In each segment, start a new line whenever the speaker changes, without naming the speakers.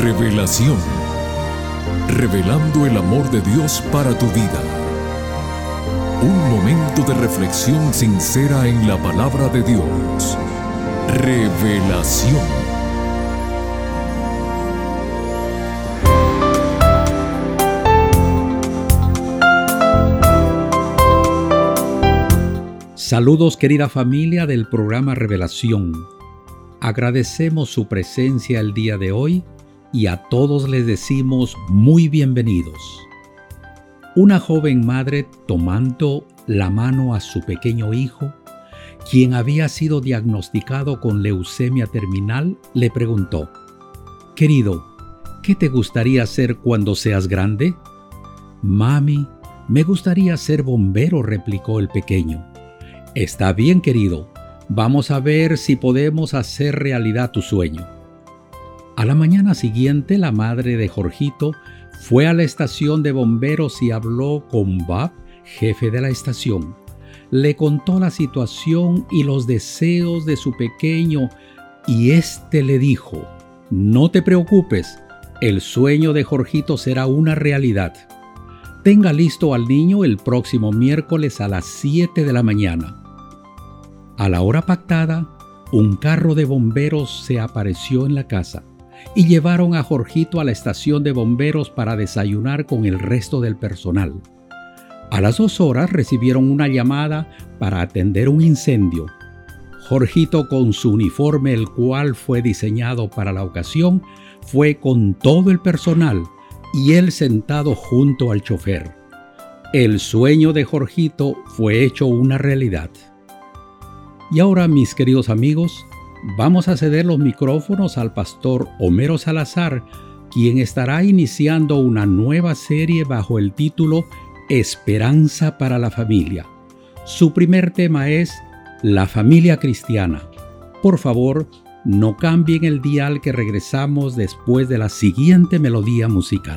Revelación. Revelando el amor de Dios para tu vida. Un momento de reflexión sincera en la palabra de Dios. Revelación.
Saludos, querida familia del programa Revelación. Agradecemos su presencia el día de hoy y a todos les decimos muy bienvenidos. Una joven madre, tomando la mano a su pequeño hijo, quien había sido diagnosticado con leucemia terminal, le preguntó: «Querido, ¿qué te gustaría hacer cuando seas grande?» «Mami, me gustaría ser bombero», replicó el pequeño. «Está bien, querido. Vamos a ver si podemos hacer realidad tu sueño». A la mañana siguiente, la madre de Jorgito fue a la estación de bomberos y habló con Bob, jefe de la estación. Le contó la situación y los deseos de su pequeño, y éste le dijo: «No te preocupes, el sueño de Jorgito será una realidad. Tenga listo al niño el próximo miércoles a las 7 de la mañana». A la hora pactada, un carro de bomberos se apareció en la casa y llevaron a Jorgito a la estación de bomberos para desayunar con el resto del personal. A las 2 horas recibieron una llamada para atender un incendio. Jorgito, con su uniforme, el cual fue diseñado para la ocasión, fue con todo el personal y él sentado junto al chofer. El sueño de Jorgito fue hecho una realidad. Y ahora, mis queridos amigos, vamos a ceder los micrófonos al pastor Homero Salazar, quien estará iniciando una nueva serie bajo el título Esperanza para la Familia. Su primer tema es la familia cristiana. Por favor, no cambien el dial, que regresamos después de la siguiente melodía musical.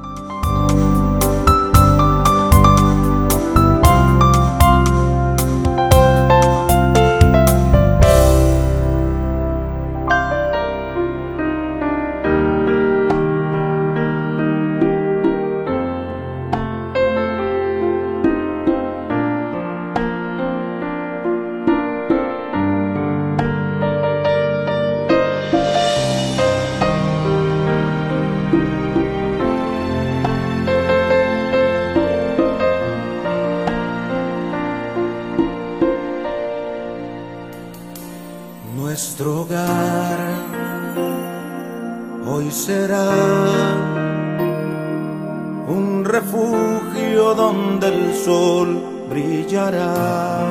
Nuestro hogar hoy será un refugio donde el sol brillará.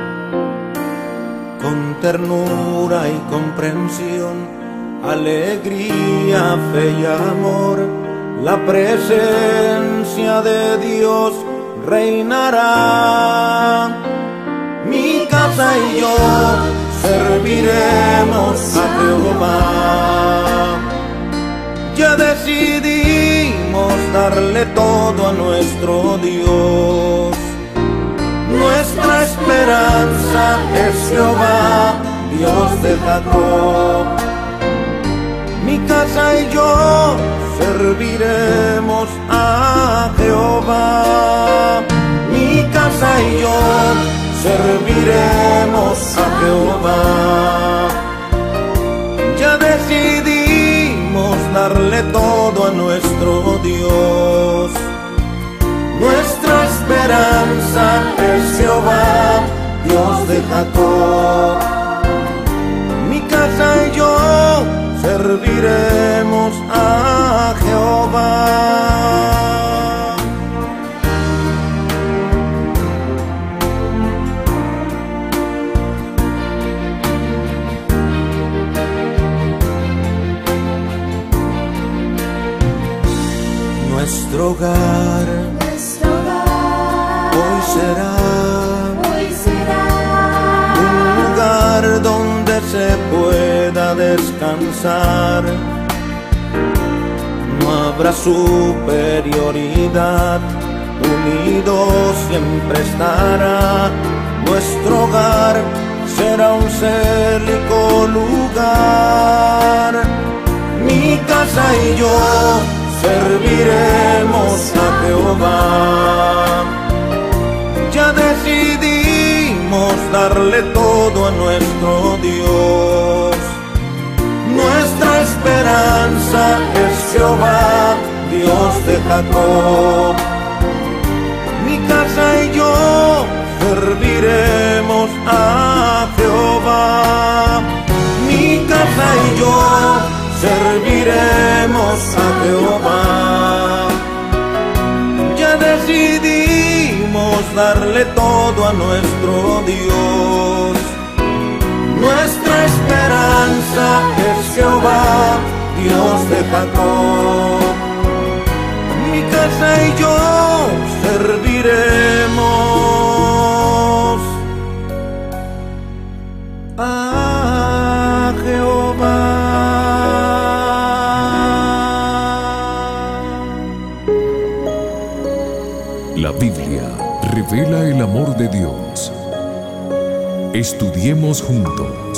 Con ternura y comprensión, alegría, fe y amor, la presencia de Dios reinará. Mi casa y yo serviremos a Jehová. Ya decidimos darle todo a nuestro Dios. Nuestra esperanza es Jehová, Dios de Jacob. Mi casa y yo serviremos a Jehová. Mi casa y yo serviremos a Jehová. Ya decidimos darle todo a nuestro Dios. Nuestra esperanza es Jehová, Dios de Jacob. Mi casa y yo serviremos a Jehová. Nuestro hogar hoy será un lugar donde se pueda descansar. No habrá superioridad, unidos siempre estará. Nuestro hogar será un célico lugar. Mi casa casa y yo serviremos a Jehová. Ya decidimos darle todo a nuestro Dios. Nuestra esperanza es Jehová, Dios de Jacob. Mi casa y yo serviremos a Jehová. Mi casa y yo serviremos a Jehová. Ya decidimos darle todo a nuestro Dios. Nuestra esperanza es Jehová, Dios de Jacob. Mi casa y yo serviremos a Jehová.
La Biblia revela el amor de Dios. Estudiemos juntos.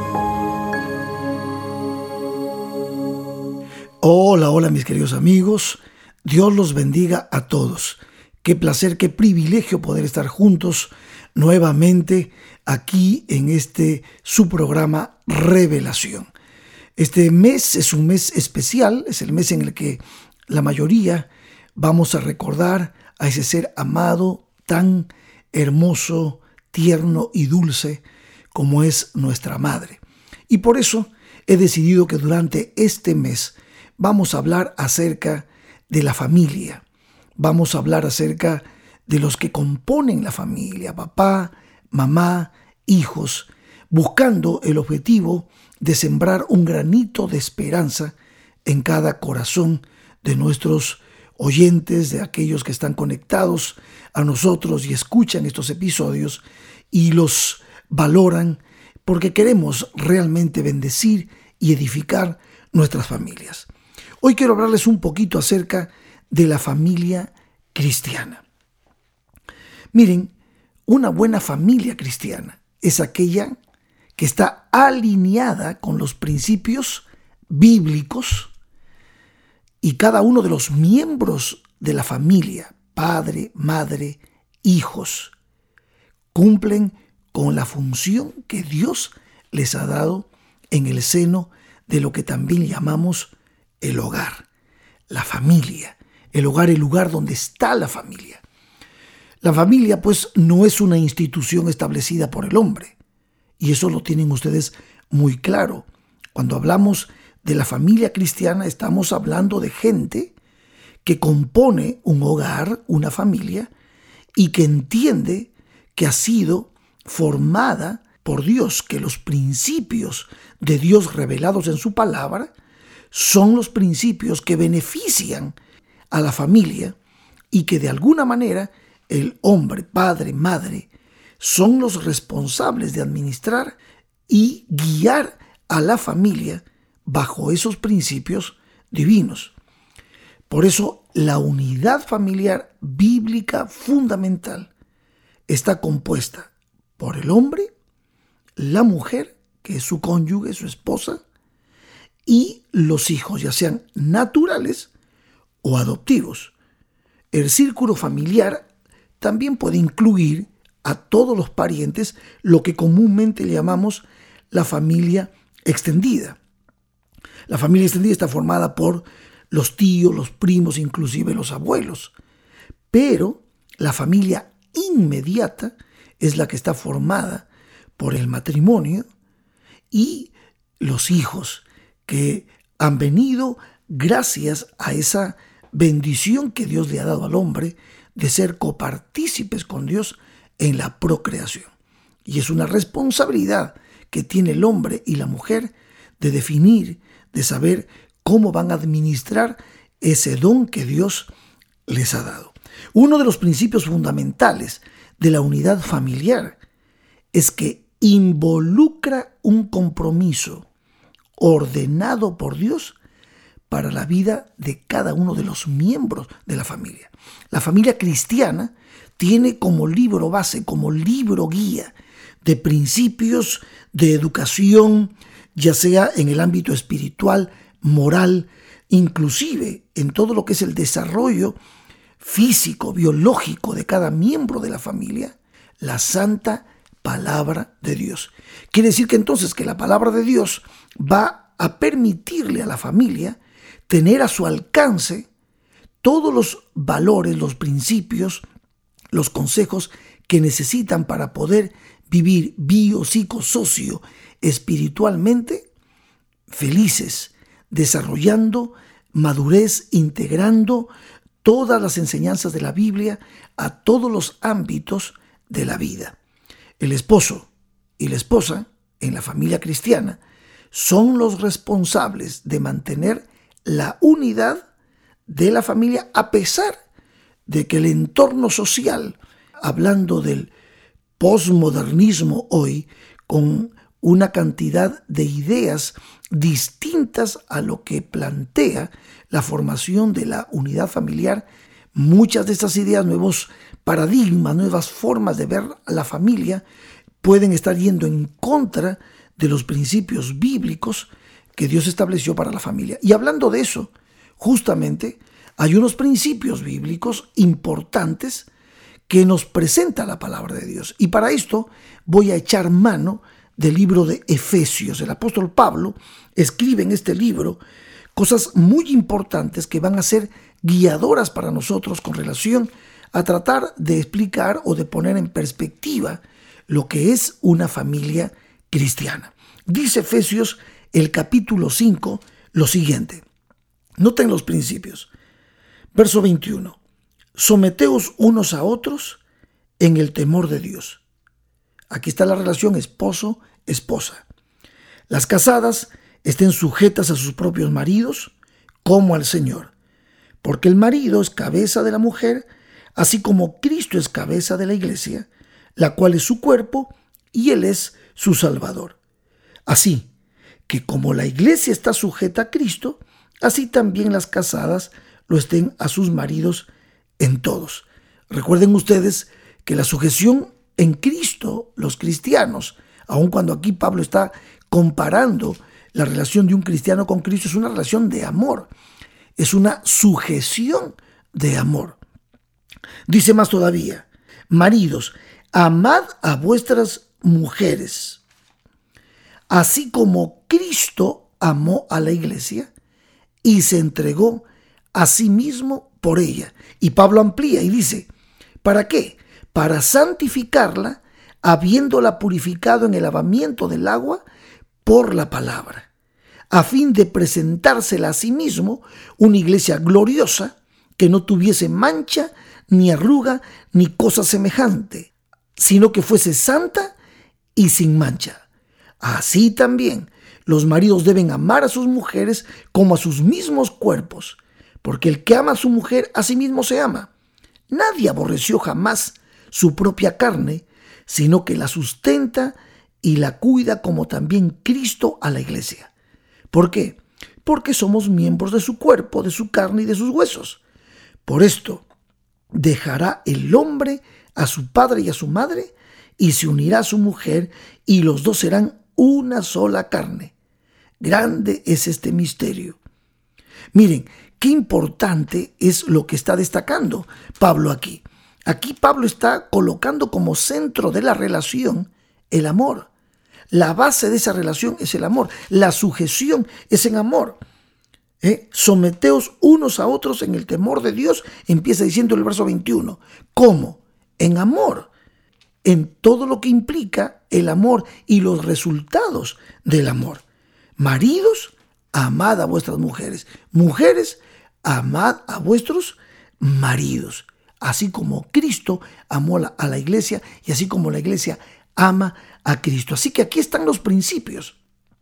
Hola mis queridos amigos. Dios los bendiga a todos. Qué placer, qué privilegio poder estar juntos nuevamente aquí en su programa Revelación. Este mes es un mes especial, es el mes en el que la mayoría vamos a recordar a ese ser amado, tan hermoso, tierno y dulce como es nuestra madre. Y por eso he decidido que durante este mes vamos a hablar acerca de la familia. Vamos a hablar acerca de los que componen la familia, papá, mamá, hijos, buscando el objetivo de sembrar un granito de esperanza en cada corazón de nuestros oyentes, de aquellos que están conectados a nosotros y escuchan estos episodios y los valoran, porque queremos realmente bendecir y edificar nuestras familias. Hoy quiero hablarles un poquito acerca de la familia cristiana. Miren, una buena familia cristiana es aquella que está alineada con los principios bíblicos y cada uno de los miembros de la familia, padre, madre, hijos, cumplen con la función que Dios les ha dado en el seno de lo que también llamamos el hogar, la familia. El hogar, el lugar donde está la familia. La familia, pues, no es una institución establecida por el hombre. Y eso lo tienen ustedes muy claro. Cuando hablamos de la familia cristiana, estamos hablando de gente que compone un hogar, una familia, y que entiende que ha sido formada por Dios, que los principios de Dios revelados en su palabra son los principios que benefician a la familia y que de alguna manera el hombre, padre, madre, son los responsables de administrar y guiar a la familia bajo esos principios divinos. Por eso la unidad familiar bíblica fundamental está compuesta por el hombre, la mujer, que es su cónyuge, su esposa, y los hijos, ya sean naturales o adoptivos. El círculo familiar también puede incluir a todos los parientes, lo que comúnmente llamamos la familia extendida. La familia extendida está formada por los tíos, los primos, inclusive los abuelos. Pero la familia inmediata es la que está formada por el matrimonio y los hijos, que han venido gracias a esa bendición que Dios le ha dado al hombre de ser copartícipes con Dios en la procreación. Y es una responsabilidad que tiene el hombre y la mujer de definir, de saber cómo van a administrar ese don que Dios les ha dado. Uno de los principios fundamentales de la unidad familiar es que involucra un compromiso ordenado por Dios para la vida de cada uno de los miembros de la familia. La familia cristiana tiene como libro base, como libro guía de principios de educación, ya sea en el ámbito espiritual, moral, inclusive en todo lo que es el desarrollo físico, biológico de cada miembro de la familia, la santa palabra de Dios. Quiere decir que entonces que la palabra de Dios va a permitirle a la familia tener a su alcance todos los valores, los principios, los consejos que necesitan para poder vivir bio, psico, socio, espiritualmente felices, desarrollando madurez, integrando todas las enseñanzas de la Biblia a todos los ámbitos de la vida. El esposo y la esposa en la familia cristiana son los responsables de mantener la unidad de la familia a pesar de que el entorno social, hablando del posmodernismo hoy, con una cantidad de ideas distintas a lo que plantea la formación de la unidad familiar, muchas de estas ideas, nuevos paradigmas, nuevas formas de ver a la familia, pueden estar yendo en contra de los principios bíblicos que Dios estableció para la familia. Y hablando de eso, justamente hay unos principios bíblicos importantes que nos presenta la palabra de Dios. Y para esto voy a echar mano del libro de Efesios. El apóstol Pablo escribe en este libro cosas muy importantes que van a ser guiadoras para nosotros con relación a tratar de explicar o de poner en perspectiva lo que es una familia cristiana. Dice Efesios, el capítulo 5, lo siguiente. Noten los principios. Verso 21. Someteos unos a otros en el temor de Dios. Aquí está la relación esposo-esposa. Las casadas estén sujetas a sus propios maridos como al Señor, porque el marido es cabeza de la mujer, así como Cristo es cabeza de la iglesia, la cual es su cuerpo y Él es su Salvador. Así que como la iglesia está sujeta a Cristo, así también las casadas lo estén a sus maridos en todos. Recuerden ustedes que la sujeción en Cristo, los cristianos, aun cuando aquí Pablo está comparando la relación de un cristiano con Cristo, es una relación de amor, es una sujeción de amor. Dice más todavía, maridos, amad a vuestras mujeres, así como Cristo amó a la iglesia y se entregó a sí mismo por ella. Y Pablo amplía y dice, ¿para qué? Para santificarla, habiéndola purificado en el lavamiento del agua por la palabra, a fin de presentársela a sí mismo una iglesia gloriosa, que no tuviese mancha, ni arruga, ni cosa semejante, sino que fuese santa y sin mancha. Así también los maridos deben amar a sus mujeres como a sus mismos cuerpos, porque el que ama a su mujer a sí mismo se ama. Nadie aborreció jamás su propia carne, sino que la sustenta y la cuida, como también Cristo a la iglesia. ¿Por qué? Porque somos miembros de su cuerpo, de su carne y de sus huesos. Por esto, dejará el hombre a su padre y a su madre, y se unirá a su mujer, y los dos serán una sola carne. Grande es este misterio. Miren, qué importante es lo que está destacando Pablo aquí. Aquí Pablo está colocando como centro de la relación el amor. La base de esa relación es el amor. La sujeción es en amor. Someteos unos a otros en el temor de Dios, empieza diciendo el verso 21. ¿Cómo? En amor. En todo lo que implica el amor y los resultados del amor. Maridos, amad a vuestras mujeres. Mujeres, amad a vuestros maridos. Así como Cristo amó a la iglesia y así como la iglesia ama a Cristo. Así que aquí están los principios.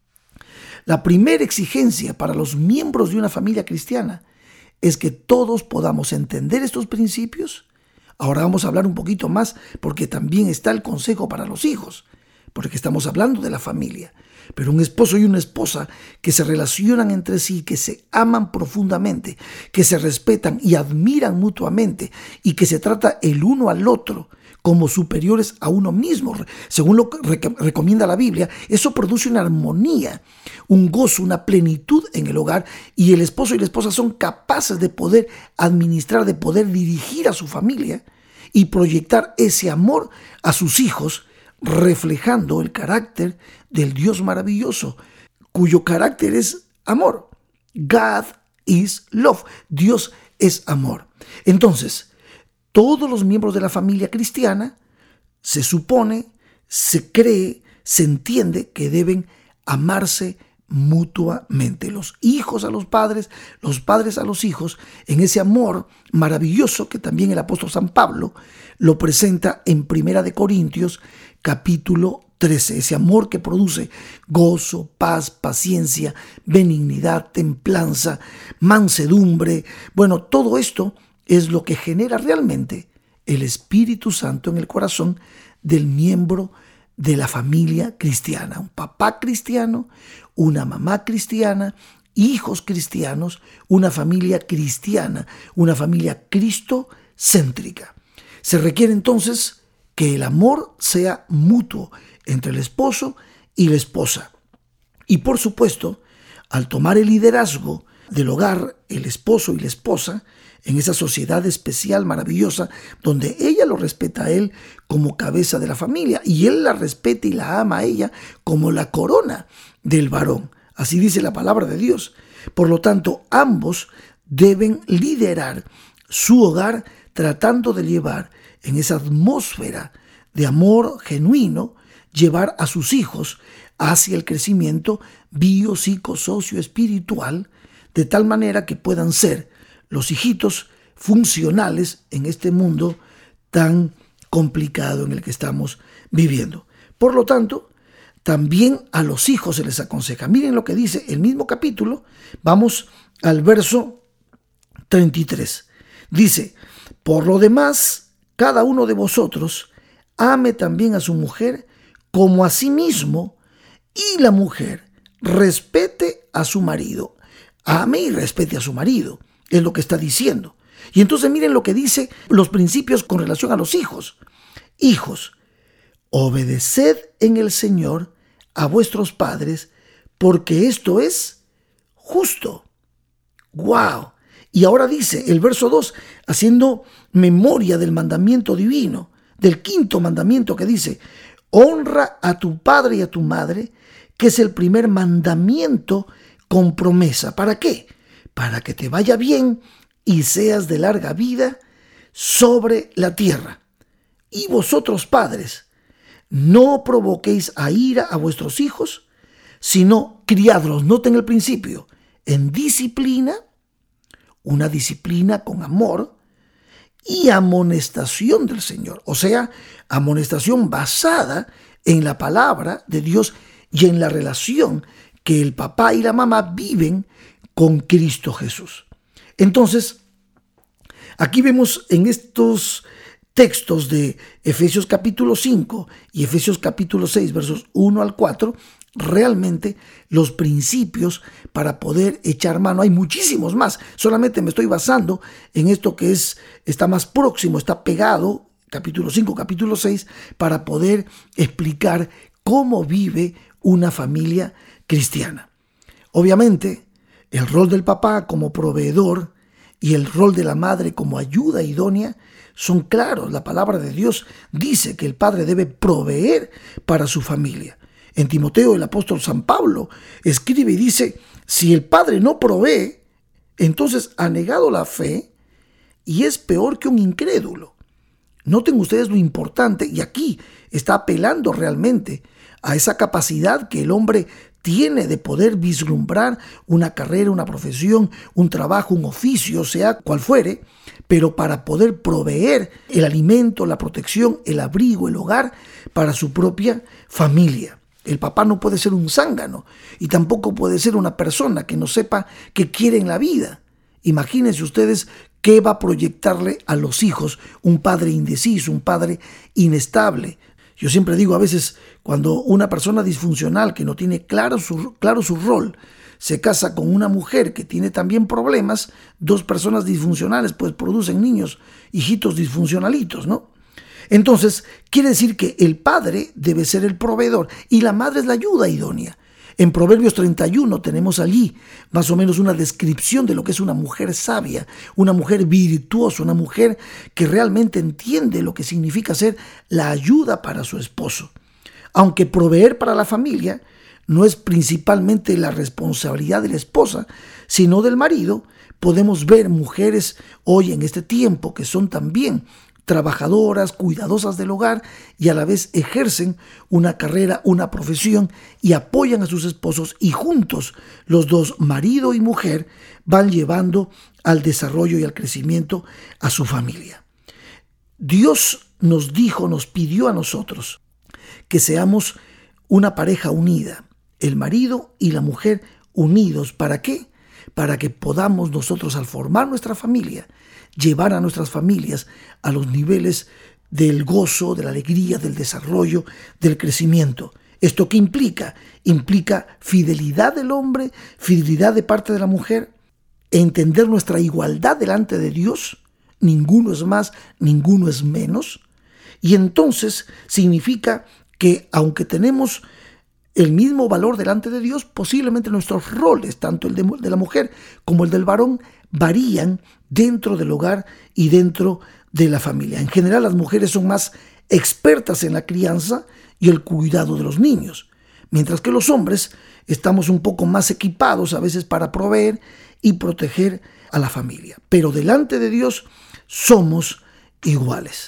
La primera exigencia para los miembros de una familia cristiana es que todos podamos entender estos principios. Ahora vamos a hablar un poquito más porque también está el consejo para los hijos, porque estamos hablando de la familia. Pero un esposo y una esposa que se relacionan entre sí, que se aman profundamente, que se respetan y admiran mutuamente y que se trata el uno al otro como superiores a uno mismo. Según lo que recomienda la Biblia, eso produce una armonía, un gozo, una plenitud en el hogar, y el esposo y la esposa son capaces de poder administrar, de poder dirigir a su familia y proyectar ese amor a sus hijos, reflejando el carácter del Dios maravilloso, cuyo carácter es amor. God is love. Dios es amor. Entonces, todos los miembros de la familia cristiana se supone, se cree, se entiende que deben amarse mutuamente. Los hijos a los padres a los hijos, en ese amor maravilloso que también el apóstol San Pablo lo presenta en 1 Corintios capítulo 13. Ese amor que produce gozo, paz, paciencia, benignidad, templanza, mansedumbre. Bueno, todo esto es lo que genera realmente el Espíritu Santo en el corazón del miembro de la familia cristiana. Un papá cristiano, una mamá cristiana, hijos cristianos, una familia cristiana, una familia cristocéntrica. Se requiere entonces que el amor sea mutuo entre el esposo y la esposa. Y por supuesto, al tomar el liderazgo del hogar, el esposo y la esposa, en esa sociedad especial, maravillosa, donde ella lo respeta a él como cabeza de la familia y él la respeta y la ama a ella como la corona del varón. Así dice la palabra de Dios. Por lo tanto, ambos deben liderar su hogar tratando de llevar en esa atmósfera de amor genuino, llevar a sus hijos hacia el crecimiento bio, psico, socio, espiritual, de tal manera que puedan ser los hijitos funcionales en este mundo tan complicado en el que estamos viviendo. Por lo tanto, también a los hijos se les aconseja. Miren lo que dice el mismo capítulo. Vamos al verso 33. Dice: por lo demás, cada uno de vosotros ame también a su mujer como a sí mismo, y la mujer respete a su marido. Ame y respete a su marido, es lo que está diciendo. Y entonces miren lo que dice los principios con relación a los hijos. Hijos, obedeced en el Señor a vuestros padres, porque esto es justo. ¡Wow! Y ahora dice el verso 2, haciendo memoria del mandamiento divino, del quinto mandamiento que dice: honra a tu padre y a tu madre, que es el primer mandamiento con promesa. ¿Para qué? Para que te vaya bien y seas de larga vida sobre la tierra. Y vosotros, padres, no provoquéis a ira a vuestros hijos, sino criadlos. Noten el principio: en disciplina, una disciplina con amor, y amonestación del Señor. O sea, amonestación basada en la palabra de Dios y en la relación que el papá y la mamá viven con Cristo Jesús. Entonces, aquí vemos en estos textos de Efesios capítulo 5 y Efesios capítulo 6, versos 1 al 4, realmente los principios para poder echar mano. Hay muchísimos más, solamente me estoy basando en esto que está más próximo, está pegado, capítulo 5, capítulo 6, para poder explicar cómo vive una familia cristiana. Obviamente, el rol del papá como proveedor y el rol de la madre como ayuda idónea son claros. La palabra de Dios dice que el padre debe proveer para su familia. En Timoteo, el apóstol San Pablo escribe y dice: si el padre no provee, entonces ha negado la fe y es peor que un incrédulo. Noten ustedes lo importante, y aquí está apelando realmente a esa capacidad que el hombre tiene de poder vislumbrar una carrera, una profesión, un trabajo, un oficio, sea cual fuere, pero para poder proveer el alimento, la protección, el abrigo, el hogar para su propia familia. El papá no puede ser un zángano y tampoco puede ser una persona que no sepa qué quiere en la vida. Imagínense ustedes qué va a proyectarle a los hijos un padre indeciso, un padre inestable. Yo siempre digo, a veces cuando una persona disfuncional que no tiene claro su rol se casa con una mujer que tiene también problemas, dos personas disfuncionales pues producen niños, hijitos disfuncionalitos, ¿no? Entonces, quiere decir que el padre debe ser el proveedor y la madre es la ayuda idónea. En Proverbios 31 tenemos allí más o menos una descripción de lo que es una mujer sabia, una mujer virtuosa, una mujer que realmente entiende lo que significa ser la ayuda para su esposo. Aunque proveer para la familia no es principalmente la responsabilidad de la esposa, sino del marido, podemos ver mujeres hoy en este tiempo que son también trabajadoras, cuidadosas del hogar y a la vez ejercen una carrera, una profesión y apoyan a sus esposos y juntos los dos, marido y mujer, van llevando al desarrollo y al crecimiento a su familia. Dios nos pidió a nosotros que seamos una pareja unida, el marido y la mujer unidos. ¿Para qué? Para que podamos nosotros, al formar nuestra familia, llevar a nuestras familias a los niveles del gozo, de la alegría, del desarrollo, del crecimiento. ¿Esto qué implica? Implica fidelidad del hombre, fidelidad de parte de la mujer, entender nuestra igualdad delante de Dios. Ninguno es más, ninguno es menos. Y entonces significa que aunque tenemos el mismo valor delante de Dios, posiblemente nuestros roles, tanto el de la mujer como el del varón, varían dentro del hogar y dentro de la familia. En general, las mujeres son más expertas en la crianza y el cuidado de los niños, mientras que los hombres estamos un poco más equipados a veces para proveer y proteger a la familia. Pero delante de Dios somos iguales.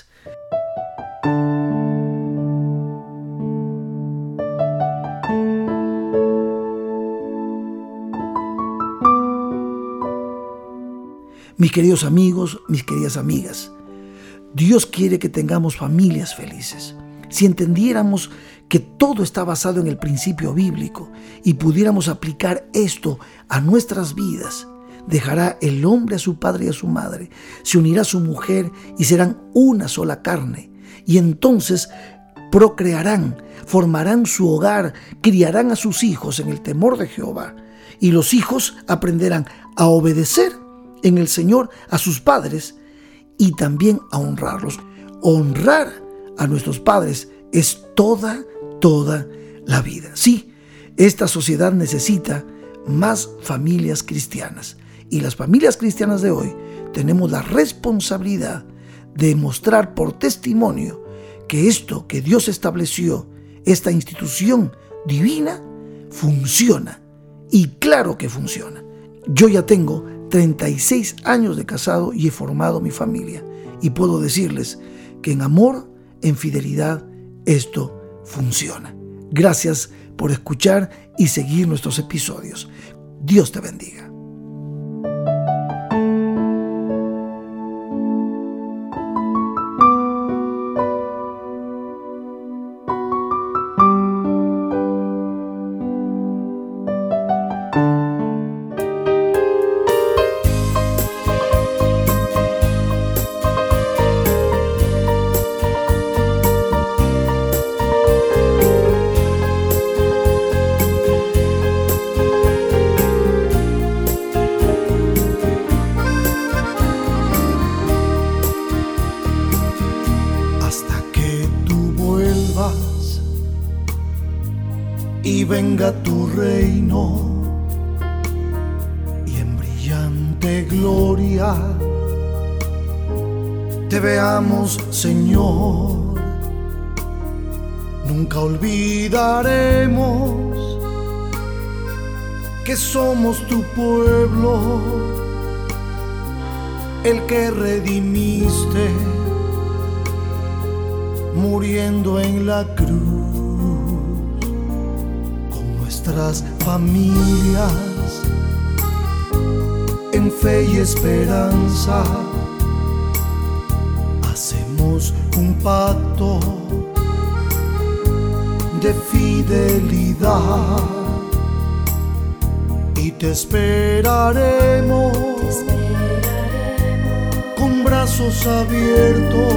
Mis queridos amigos, mis queridas amigas, Dios quiere que tengamos familias felices. Si entendiéramos que todo está basado en el principio bíblico y pudiéramos aplicar esto a nuestras vidas, dejará el hombre a su padre y a su madre, se unirá a su mujer y serán una sola carne. Y entonces procrearán, formarán su hogar, criarán a sus hijos en el temor de Jehová. Y los hijos aprenderán a obedecer en el Señor a sus padres y también a honrarlos. Honrar a nuestros padres es toda la vida. Sí, esta sociedad necesita más familias cristianas y las familias cristianas de hoy tenemos la responsabilidad de mostrar por testimonio que esto que Dios estableció, esta institución divina, funciona. Y claro que funciona. Yo ya tengo 36 años de casado y he formado mi familia. Y puedo decirles que en amor, en fidelidad, esto funciona. Gracias por escuchar y seguir nuestros episodios. Dios te bendiga.
Y venga tu reino, y en brillante gloria te veamos, Señor. Nunca olvidaremos que somos tu pueblo, el que redimiste muriendo en la cruz. Nuestras familias en fe y esperanza hacemos un pacto de fidelidad y te esperaremos con brazos abiertos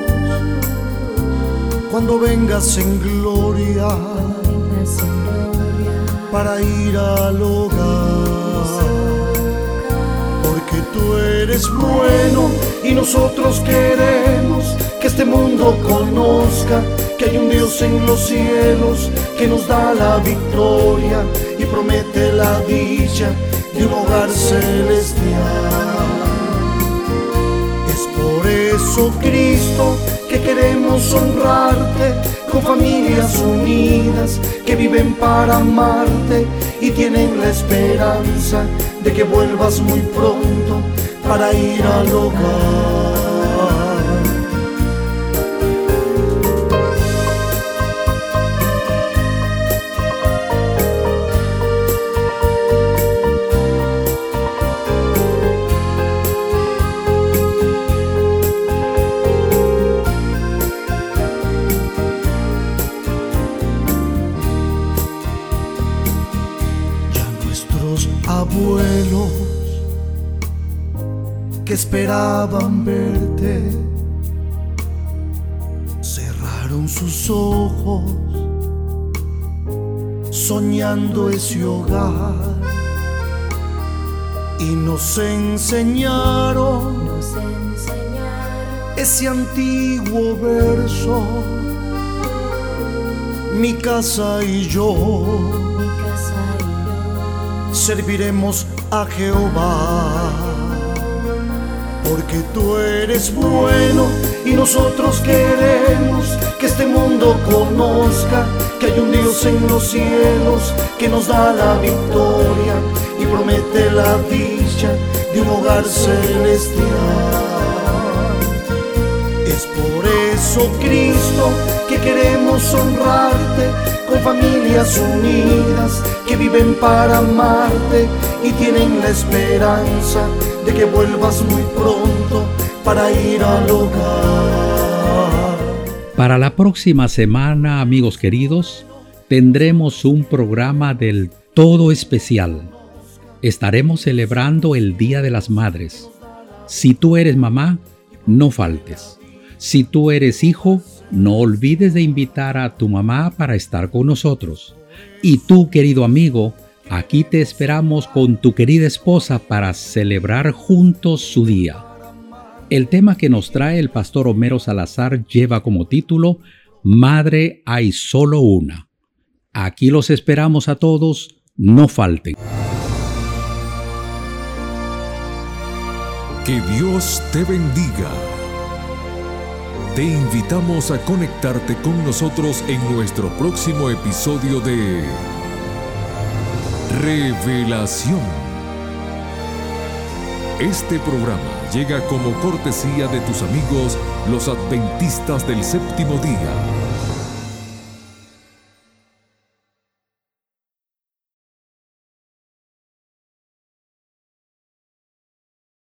cuando vengas en gloria para ir al hogar, porque tú eres bueno y nosotros queremos que este mundo conozca que hay un Dios en los cielos que nos da la victoria y promete la dicha de un hogar celestial. Es por eso, Cristo, que queremos honrarte con familias unidas que viven para amarte y tienen la esperanza de que vuelvas muy pronto para ir al hogar. Abuelos que esperaban verte cerraron sus ojos soñando ese hogar y nos enseñaron ese antiguo verso: mi casa y yo serviremos a Jehová, porque tú eres bueno y nosotros queremos que este mundo conozca que hay un Dios en los cielos que nos da la victoria y promete la dicha de un hogar celestial. Es por eso, Cristo, que queremos honrarte con familias unidas que viven para amarte y tienen la esperanza de que vuelvas muy pronto para ir al hogar.
Para la próxima semana, amigos queridos, tendremos un programa del todo especial. Estaremos celebrando el Día de las Madres. Si tú eres mamá, no faltes. Si tú eres hijo, no olvides de invitar a tu mamá para estar con nosotros. Y tú, querido amigo, aquí te esperamos con tu querida esposa para celebrar juntos su día. El tema que nos trae el pastor Homero Salazar lleva como título Madre hay solo una. Aquí los esperamos a todos, no falten.
Que Dios te bendiga. Te invitamos a conectarte con nosotros en nuestro próximo episodio de Revelación. Este programa llega como cortesía de tus amigos los adventistas del séptimo día.